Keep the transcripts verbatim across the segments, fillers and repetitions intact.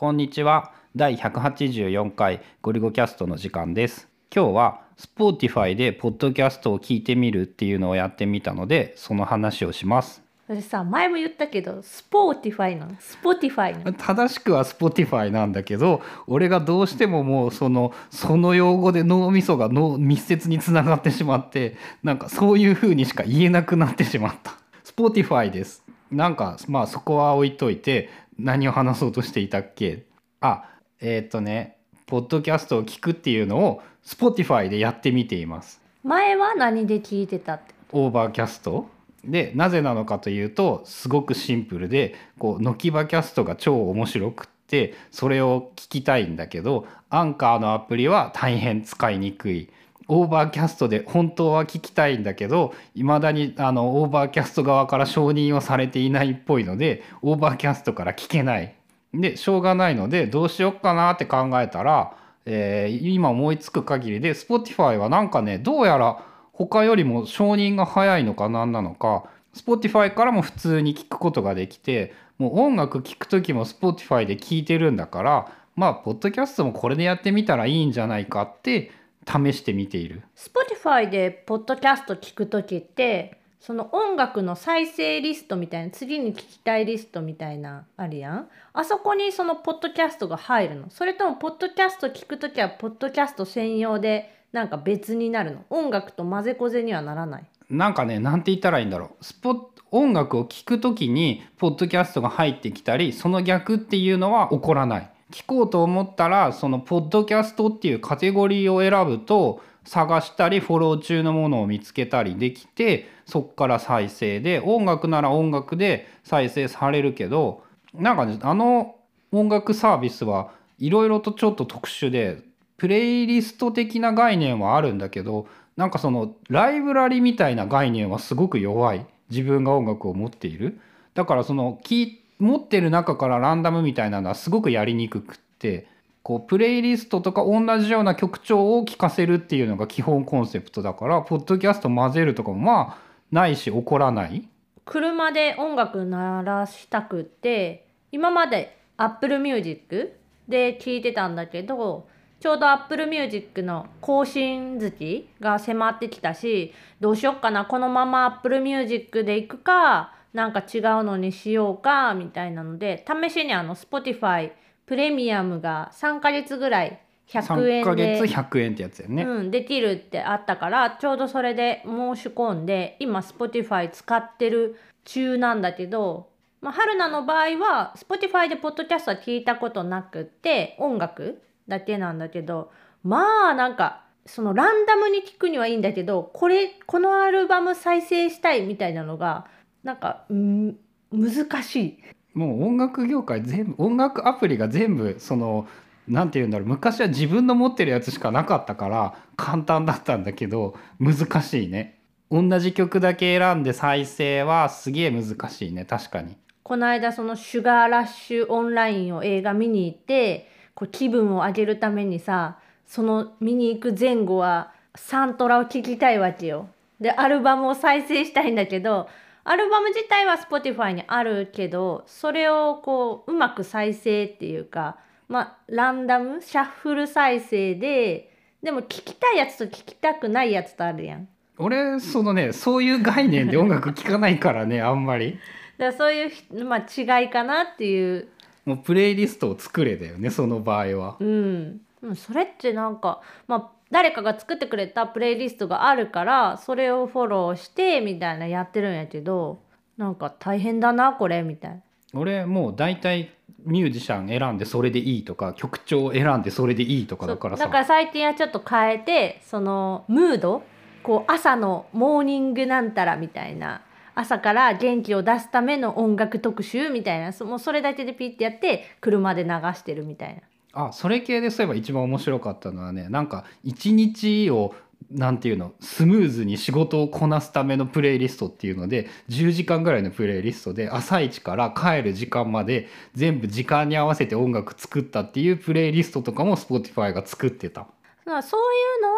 こんにちは。だいひゃくはちじゅうよんかいゴリゴキャストの時間です。今日は Spotify でポッドキャストを聞いてみるっていうのをやってみたので、その話をします。 私さ、前も言ったけど Spotify なの Spotify なの正しくは Spotify なんだけど、俺がどうしてももうそのその用語で脳みそが脳密接につながってしまって、なんかそういう風にしか言えなくなってしまった。 Spotify です。なんかまあそこは置いといて、何を話そうとしていたっけ。あえーっとねポッドキャストを聞くっていうのを Spotify でやってみています。 前は何で聞いてたって？ オーバーキャストで、なぜなのかというと、すごくシンプルで、こうノキバキャストが超面白くって、それを聞きたいんだけど、アンカーのアプリは大変使いにくい。オーバーキャストで本当は聞きたいんだけど、いまだにあのオーバーキャスト側から承認をされていないっぽいので、オーバーキャストから聞けない。でしょうがないので、どうしよっかなって考えたら、えー今思いつく限りで Spotify はなんかね、どうやら他よりも承認が早いのか何なのか、 Spotify からも普通に聞くことができて、もう音楽聞く時も Spotify で聞いてるんだから、まあポッドキャストもこれでやってみたらいいんじゃないかって試してみている。 Spotify でポッドキャスト聞くときって、その音楽の再生リストみたいな、次に聞きたいリストみたいなあるやん。あそこにそのポッドキャストが入るの？それともポッドキャスト聞くときはポッドキャスト専用でなんか別になるの？音楽と混ぜこぜにはならない？ なんかね、なんて言ったらいいんだろう。スポ音楽を聴くときにポッドキャストが入ってきたり、その逆っていうのは起こらない。聞こうと思ったら、そのポッドキャストっていうカテゴリーを選ぶと、探したりフォロー中のものを見つけたりできて、そっから再生で、音楽なら音楽で再生されるけど、なんかね、あの音楽サービスはいろいろとちょっと特殊で、プレイリスト的な概念はあるんだけど、なんかそのライブラリみたいな概念はすごく弱い。自分が音楽を持っている。だからそのき持ってる中からランダムみたいなのはすごくやりにくくって、こうプレイリストとか同じような曲調を聴かせるっていうのが基本コンセプトだから、ポッドキャスト混ぜるとかもまあないし起こらない。 車で音楽鳴らしたくって、今まで Apple Music で聴いてたんだけど、ちょうど Apple Music の更新月が迫ってきたし、どうしよっかな、このまま Apple Music で行くか、なんか違うのにしようかみたいなので、試しにあの Spotify プレミアムがさんかげつぐらいひゃく 3 円ヶ月で、 ひゃくえんってやつやね。 うん、できるってあったから、ちょうどそれで申し込んで、今 Spotify 使ってる中なんだけど、まあ、春菜の場合は Spotify でポッドキャストは聞いたことなくって、音楽だけなんだけど、まあなんかそのランダムに聞くにはいいんだけど、これこのアルバム再生したいみたいなのがなんか、うん、難しい。 もう音楽業界全部、音楽アプリが全部そのなんて言うんだろう、昔は自分の持ってるやつしかなかったから簡単だったんだけど、難しいね。同じ曲だけ選んで再生はすげえ難しいね。確かに。 この間そのシュガーラッシュオンラインを映画見に行って、こう気分を上げるためにさ、その見に行く前後はサントラを聴きたいわけよ。でアルバムを再生したいんだけど、アルバム自体は Spotify にあるけど、それをこううまく再生っていうか、まあランダムシャッフル再生で、でも聴きたいやつと聴きたくないやつとあるやん。 俺そのね、そういう概念で音楽聴かないからね、あんまり。 だからそういうひ、まあ、違いかなっていう。 もうプレイリストを作れだよね、その場合は。 うん、でもそれってなんか、まあ、誰かが作ってくれたプレイリストがあるからそれをフォローしてみたいなやってるんやけど、なんか大変だなこれみたいな。 俺もう大体ミュージシャン選んでそれでいいとか、曲調を選んでそれでいいとかそうだからさ。 だから最近はちょっと変えて、そのムード、こう朝のモーニングなんたらみたいな、朝から元気を出すための音楽特集みたいな、そもうそれだけでピッてやって車で流してるみたいな。 あ、それ系でそういえば一番面白かったのはね、なんか一日をなんていうの、スムーズに仕事をこなすためのプレイリストっていうので、じゅうじかんぐらいのプレイリストで朝一から帰る時間まで全部時間に合わせて音楽作ったっていうプレイリストとかも Spotify が作ってた。 まあそういうのは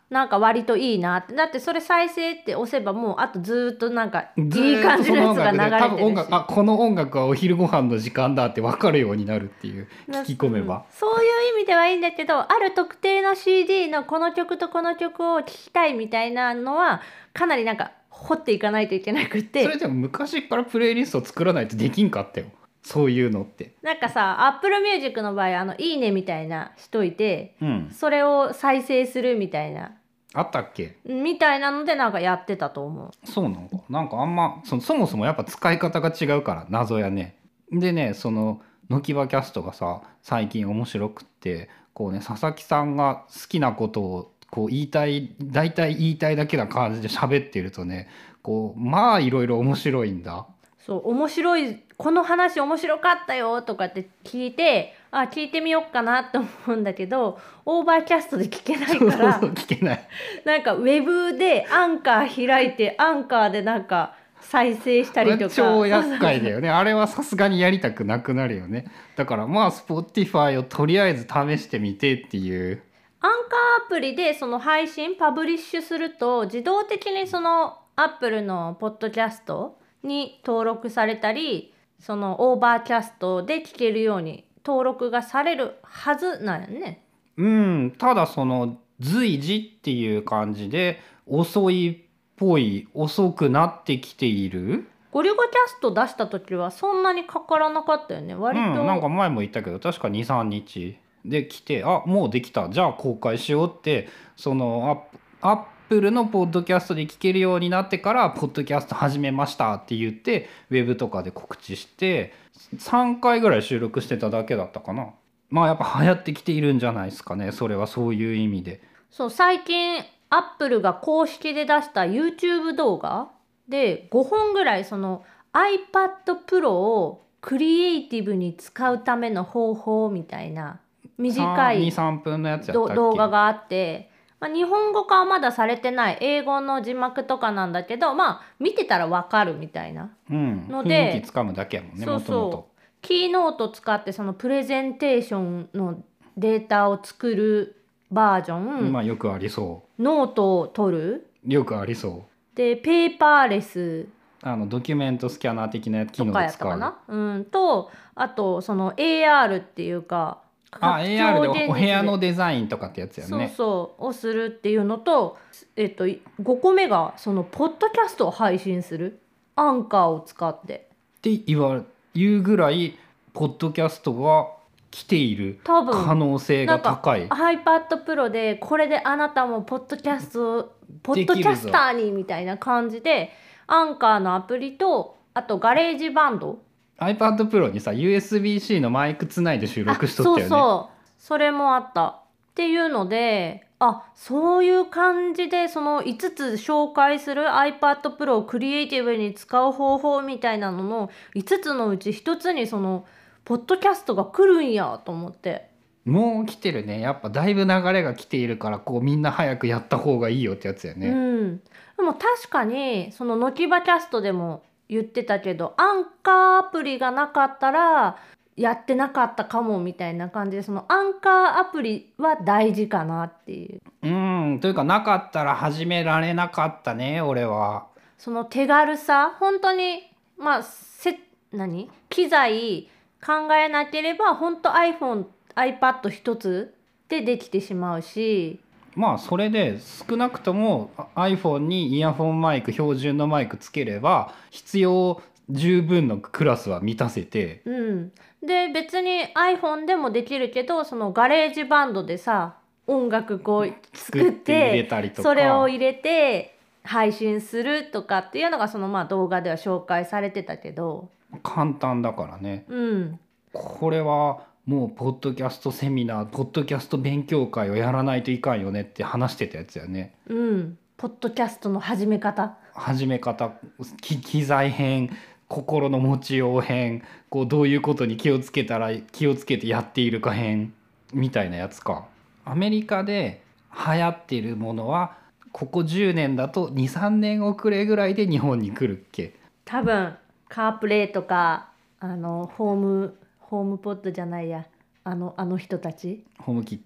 なんか割といいなって。だってそれ再生って押せばもうあとずっとなんかいずーっとい感じのやつが流れてるし、 その音楽で多分音楽あこの音楽はお昼ご飯の時間だって分かるようになるっていう聞き込めば、 うんそういう意味ではいいんだけど、ある特定の シーディー のこの曲とこの曲を聴きたいみたいなのはかなりなんか掘っていかないといけなくて、 それでも昔からプレイリスト作らないとできんかったよそういうのって。 なんかさ Apple Music の場合あのいいねみたいなしといて、 うんそれを再生するみたいなあったっけ。 みたいなのでなんかやってたと思う。 そうなのかなんかあんまそそもそもやっぱ使い方が違うから謎やね。でねそのノキバキャストがさ最近面白くってこうね佐々木さんが好きなことをこう言いたい大体言いたいだけな感じで喋ってるとねこうまあいろいろ面白いんだ。 そう面白いこの話面白かったよとかって聞いてあ聞いてみようかなって思うんだけどオーバーキャストで聞けないそうからそうそう聞けない。 なんかウェブでアンカー開いてアンカーでなんか再生したりとか超厄介だよねあれはさすがにやりたくなくなるよね。だからまあ Spotify をとりあえず試してみてっていう。 アンカーアプリでその配信パブリッシュすると自動的にそのアップルのポッドキャストに登録されたりそのオーバーキャストで聞けるように登録がされるはずなんよね。 うんただその随時っていう感じで遅いっぽい遅くなってきている。 ゴリゴキャスト出した時はそんなにかからなかったよね割と、 うん、なんか前も言ったけど確かにさんにちで来てあもうできたじゃあ公開しようってそのアップルのポッドキャストで聞けるようになってからポッドキャスト始めましたって言ってウェブとかで告知してさんかいぐらい収録してただけだったかな。まあやっぱ流行ってきているんじゃないですかねそれはそういう意味で。 そう最近アップルが公式で出した YouTube 動画でごほんぐらいその iPad Pro をクリエイティブに使うための方法みたいな短いにさんぷんのやつやったっけ。 動画があって、まあ、日本語化はまだされてない英語の字幕とかなんだけどまあ見てたらわかるみたいなうん、 ので雰囲気つかむだけやもんねそうもともと。 そうキーノート使ってそのプレゼンテーションのデータを作るバージョン、 まあよくありそノートを取るうよくありそう。 でペーパーレスあのドキュメントスキャナー的な機能とかやったで使う。 かな、うんとあとその エーアール っていうかあ エーアール で拡張現実お部屋のデザインとかってやつやそうね。 そうをするっていうのと、えっと、ごこめがそのポッドキャストを配信するアンカーを使ってって言わ言うぐらいポッドキャストが来ている多分可能性が高い。 iPad Pro でこれであなたもポッドキャストポッドキャスターにみたいな感じでアンカーのアプリとあとガレージバンド iPad Pro にさ ユーエスビー-C のマイクつないで収録しとったよね。 そうそうそれもあったっていうのであそういう感じでそのいつつ紹介する iPad Pro をクリエイティブに使う方法みたいなののいつつのうちひとつにそのポッドキャストが来るんやと思って。 もう来てるね。やっぱだいぶ流れが来ているからこうみんな早くやった方がいいよってやつやね。 うん、でも確かにそのノキバキャストでも言ってたけどアンカーアプリがなかったらやってなかったかもみたいな感じでそのアンカーアプリは大事かなっていううんというかなかったら始められなかったね俺は。 その手軽さ本当にまあせ何機材考えなければ本当 iPhone、iPad 一つでできてしまうしまあそれで少なくとも iPhone にイヤホンマイク標準のマイクつければ必要十分のクラスは満たせて、 うん、で別に iPhone でもできるけどそのガレージバンドでさ音楽こう作って作って入れたりとかそれを入れて配信するとかっていうのがそのまあ動画では紹介されてたけど、 簡単だからね。 うん、 これはもうポッドキャストセミナーポッドキャスト勉強会をやらないといかんよねって話してたやつやね。 うん、ポッドキャストの始め方始め方き機材編心の持ちよう編こうどういうことに気をつけたら気をつけてやっているか編みたいなやつか。アメリカで流行ってるものはここじゅうねんだと にさんねん遅れぐらいで日本に来るっけ。 多分カープレイとかあのホームホームポッドじゃないやあのあの人たちホームキット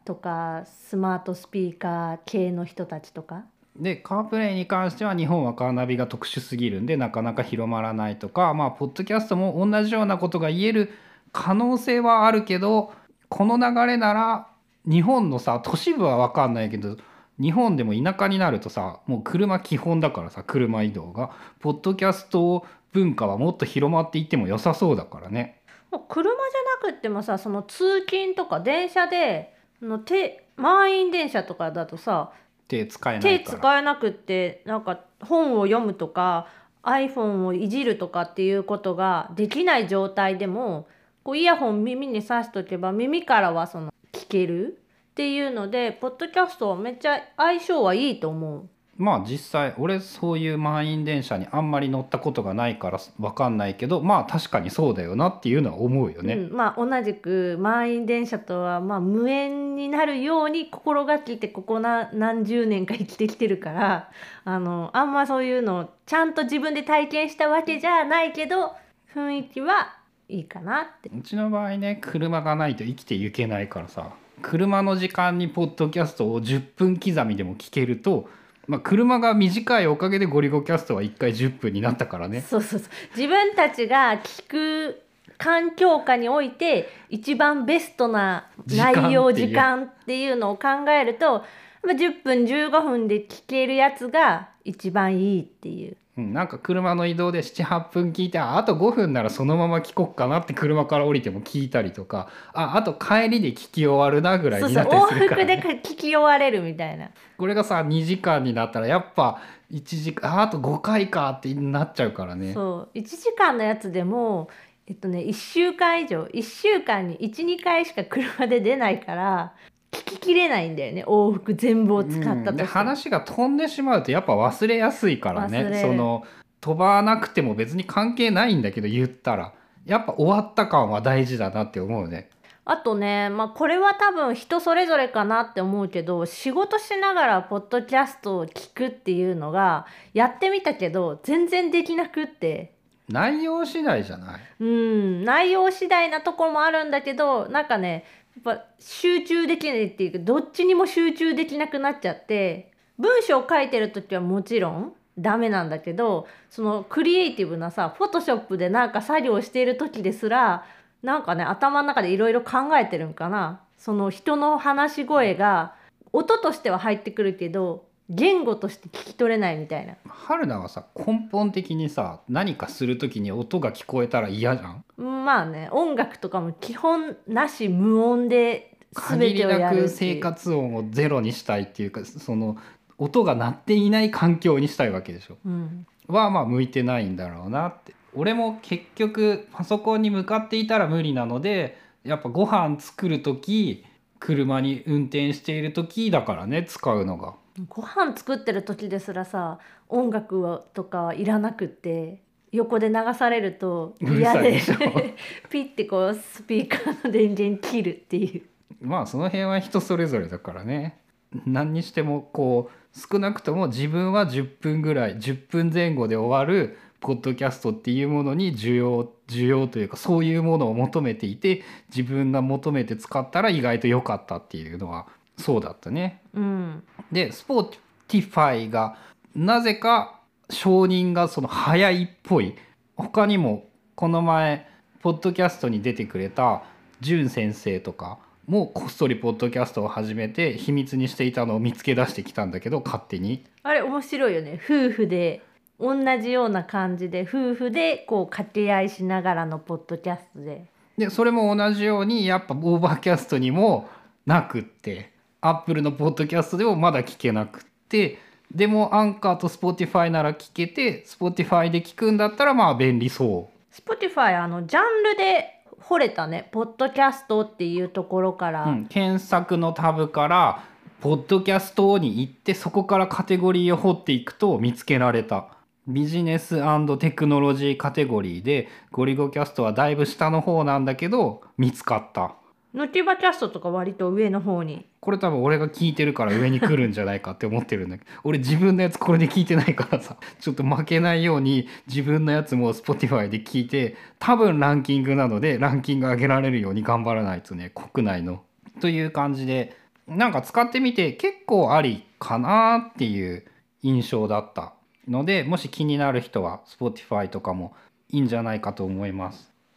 とかスマートスピーカー系の人たちとか。 でカープレイに関しては日本はカーナビが特殊すぎるんでなかなか広まらないとか、まあポッドキャストも同じようなことが言える可能性はあるけど、この流れなら日本のさ都市部は分かんないけど日本でも田舎になるとさもう車基本だからさ、車移動がポッドキャスト文化はもっと広まっていっても良さそうだからね。 もう車じゃなくってもさ、その通勤とか電車での手満員電車とかだとさ手使えない手から使えなくってなんか本を読むとか iPhone をいじるとかっていうことができない状態でもこうイヤホン耳に挿しとけば耳からはその聞けるっていうのでポッドキャストはめっちゃ相性はいいと思う。 まあ実際俺そういう満員電車にあんまり乗ったことがないから分かんないけど、まあ確かにそうだよなっていうのは思うよね。 うん、まあ同じく満員電車とはまあ無縁になるように心がけてここな何十年か生きてきてるから、あのあんまそういうのをちゃんと自分で体験したわけじゃないけど雰囲気はいいかなって。 うちの場合ね車がないと生きていけないからさ、車の時間にポッドキャストをじゅっぷん刻みでも聞けると、まあ、車が短いおかげでゴリゴキャストはいっかいじゅっぷんになったからね。 そうそうそう、自分たちが聞く環境下において一番ベストな内容時間っていうのを考えるとじゅっぷんじゅうごふんで聞けるやつが一番いいっていう。 うん、なんか車の移動でななはっぷん聞いて、ああとごふんならそのまま聞こっかなって車から降りても聞いたりとか、ああと帰りで聞き終わるなぐらいになったりするから、ね、 そうそう往復で聞き終われるみたいな。 これがさにじかんになったらやっぱいちじかん、ああとごかいかってなっちゃうからね。 そういちじかんのやつでもえっとねいっしゅうかん以上いっしゅうかんにいちにかいしか車で出ないから聞ききれないんだよね、往復全部を使ったとして、 うん、で話が飛んでしまうとやっぱ忘れやすいからね。 忘れるその飛ばなくても別に関係ないんだけど言ったらやっぱ終わった感は大事だなって思うね。 あとね、まあこれは多分人それぞれかなって思うけど、仕事しながらポッドキャストを聞くっていうのがやってみたけど全然できなくって。 内容次第じゃない？ うん内容次第なところもあるんだけど、なんかねやっぱ集中できないっていうかどっちにも集中できなくなっちゃって、文章を書いてる時はもちろんダメなんだけど、そのクリエイティブなさフォトショップでなんか作業している時ですらなんかね頭の中でいろいろ考えてるんかな。その人の話し声が音としては入ってくるけど言語として聞き取れないみたいな。 春菜はさ根本的にさ何かする時に音が聞こえたら嫌じゃん。 まあね音楽とかも基本なし無音で全限りてをやなくるっていう。 生活音をゼロにしたいっていうか、その音が鳴っていない環境にしたいわけでしょ。 うんはまあ向いてないんだろうなって。俺も結局パソコンに向かっていたら無理なので、やっぱご飯作る時車に運転している時だからね使うのが。 ご飯作ってる時ですらさ音楽とかはいらなくって横で流されると嫌でうるさいでしょピッてこうスピーカーの電源切るっていう。 まあその辺は人それぞれだからね。何にしてもこう少なくとも自分はじゅっぷんぐらいじゅっぷんぜん後で終わるポッドキャストっていうものに需要需要というかそういうものを求めていて、自分が求めて使ったら意外と良かったっていうのはそうだったね。 うん、 で Spotify がなぜか承認がその早いっぽい。他にもこの前ポッドキャストに出てくれたジュン先生とかもこっそりポッドキャストを始めて秘密にしていたのを見つけ出してきたんだけど、勝手に。 あれ面白いよね。夫婦で同じような感じで夫婦でこう掛け合いしながらのポッドキャストで。 でそれも同じようにやっぱオーバーキャストにもなくって、アップルのポッドキャストでもまだ聞けなくって、でもアンカーと Spotify なら聞けて Spotify で聞くんだったらまあ便利そう。 Spotify あのジャンルで掘れたね。ポッドキャストっていうところから、 うん、検索のタブからポッドキャストに行ってそこからカテゴリーを掘っていくと見つけられた。ビジネス&テクノロジーカテゴリーでゴリゴキャストはだいぶ下の方なんだけど見つかった。 ノティバキャストとか割と上の方に。 これ多分俺が聞いてるから上に来るんじゃないかって思ってるんだけど俺自分のやつこれで聞いてないからさ、ちょっと負けないように自分のやつも Spotify で聞いて、多分ランキングなのでランキング上げられるように頑張らないとね、国内の。という感じでなんか使ってみて結構ありかなっていう印象だったので、もし気になる人は Spotify とかもいいんじゃないかと思います。